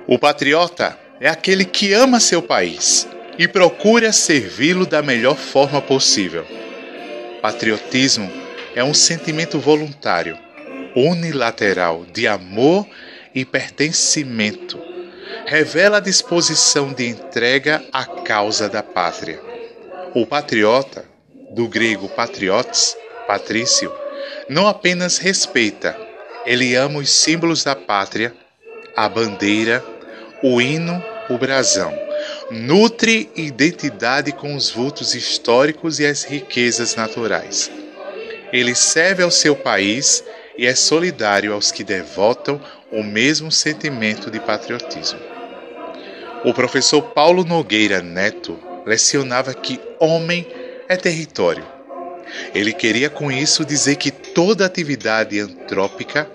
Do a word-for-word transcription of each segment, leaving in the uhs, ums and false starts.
O patriota é aquele que ama seu país e procura servi-lo da melhor forma possível. Patriotismo é um sentimento voluntário, unilateral de amor e pertencimento. Revela a disposição de entrega à causa da pátria. O patriota, do grego patriotes, patrício, não apenas respeita, ele ama os símbolos da pátria, a bandeira, o hino, o brasão. Nutre identidade com os vultos históricos e as riquezas naturais. Ele serve ao seu país e é solidário aos que devotam o mesmo sentimento de patriotismo. O professor Paulo Nogueira Neto lecionava que homem é território. Ele queria com isso dizer que toda atividade antrópica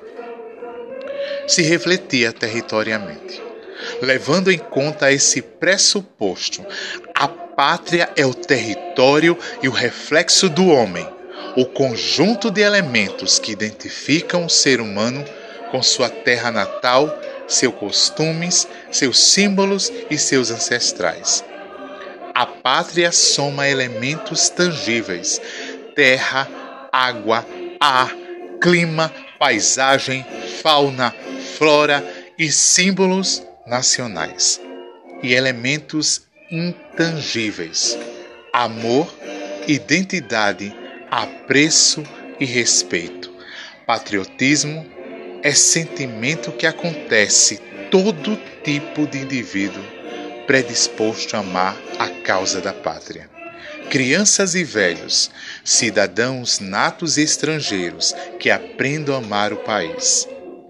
se refletia territoriamente. Levando em conta esse pressuposto, a pátria é o território e o reflexo do homem, o conjunto de elementos que identificam o ser humano com sua terra natal, seus costumes, seus símbolos e seus ancestrais. A pátria soma elementos tangíveis: terra, água, ar, clima, paisagem, fauna, flora e símbolos nacionais, e elementos intangíveis: amor, identidade, apreço e respeito. Patriotismo é sentimento que acontece todo tipo de indivíduo predisposto a amar a causa da pátria. Crianças e velhos, cidadãos natos e estrangeiros que aprendam a amar o país.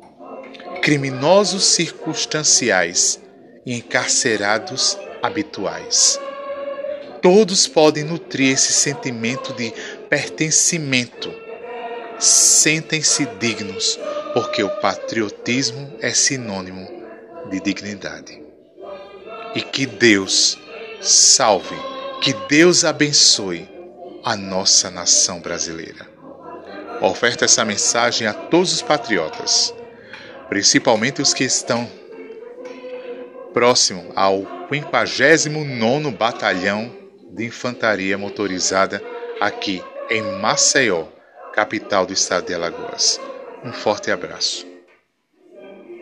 Criminosos circunstanciais e encarcerados habituais. Todos podem nutrir esse sentimento de pertencimento. Sentem-se dignos, porque o patriotismo é sinônimo de dignidade. E que Deus salve, que Deus abençoe a nossa nação brasileira. Oferto essa mensagem a todos os patriotas, principalmente os que estão próximo ao quinquagésimo nono Batalhão de Infantaria Motorizada aqui em Maceió, capital do estado de Alagoas. Um forte abraço.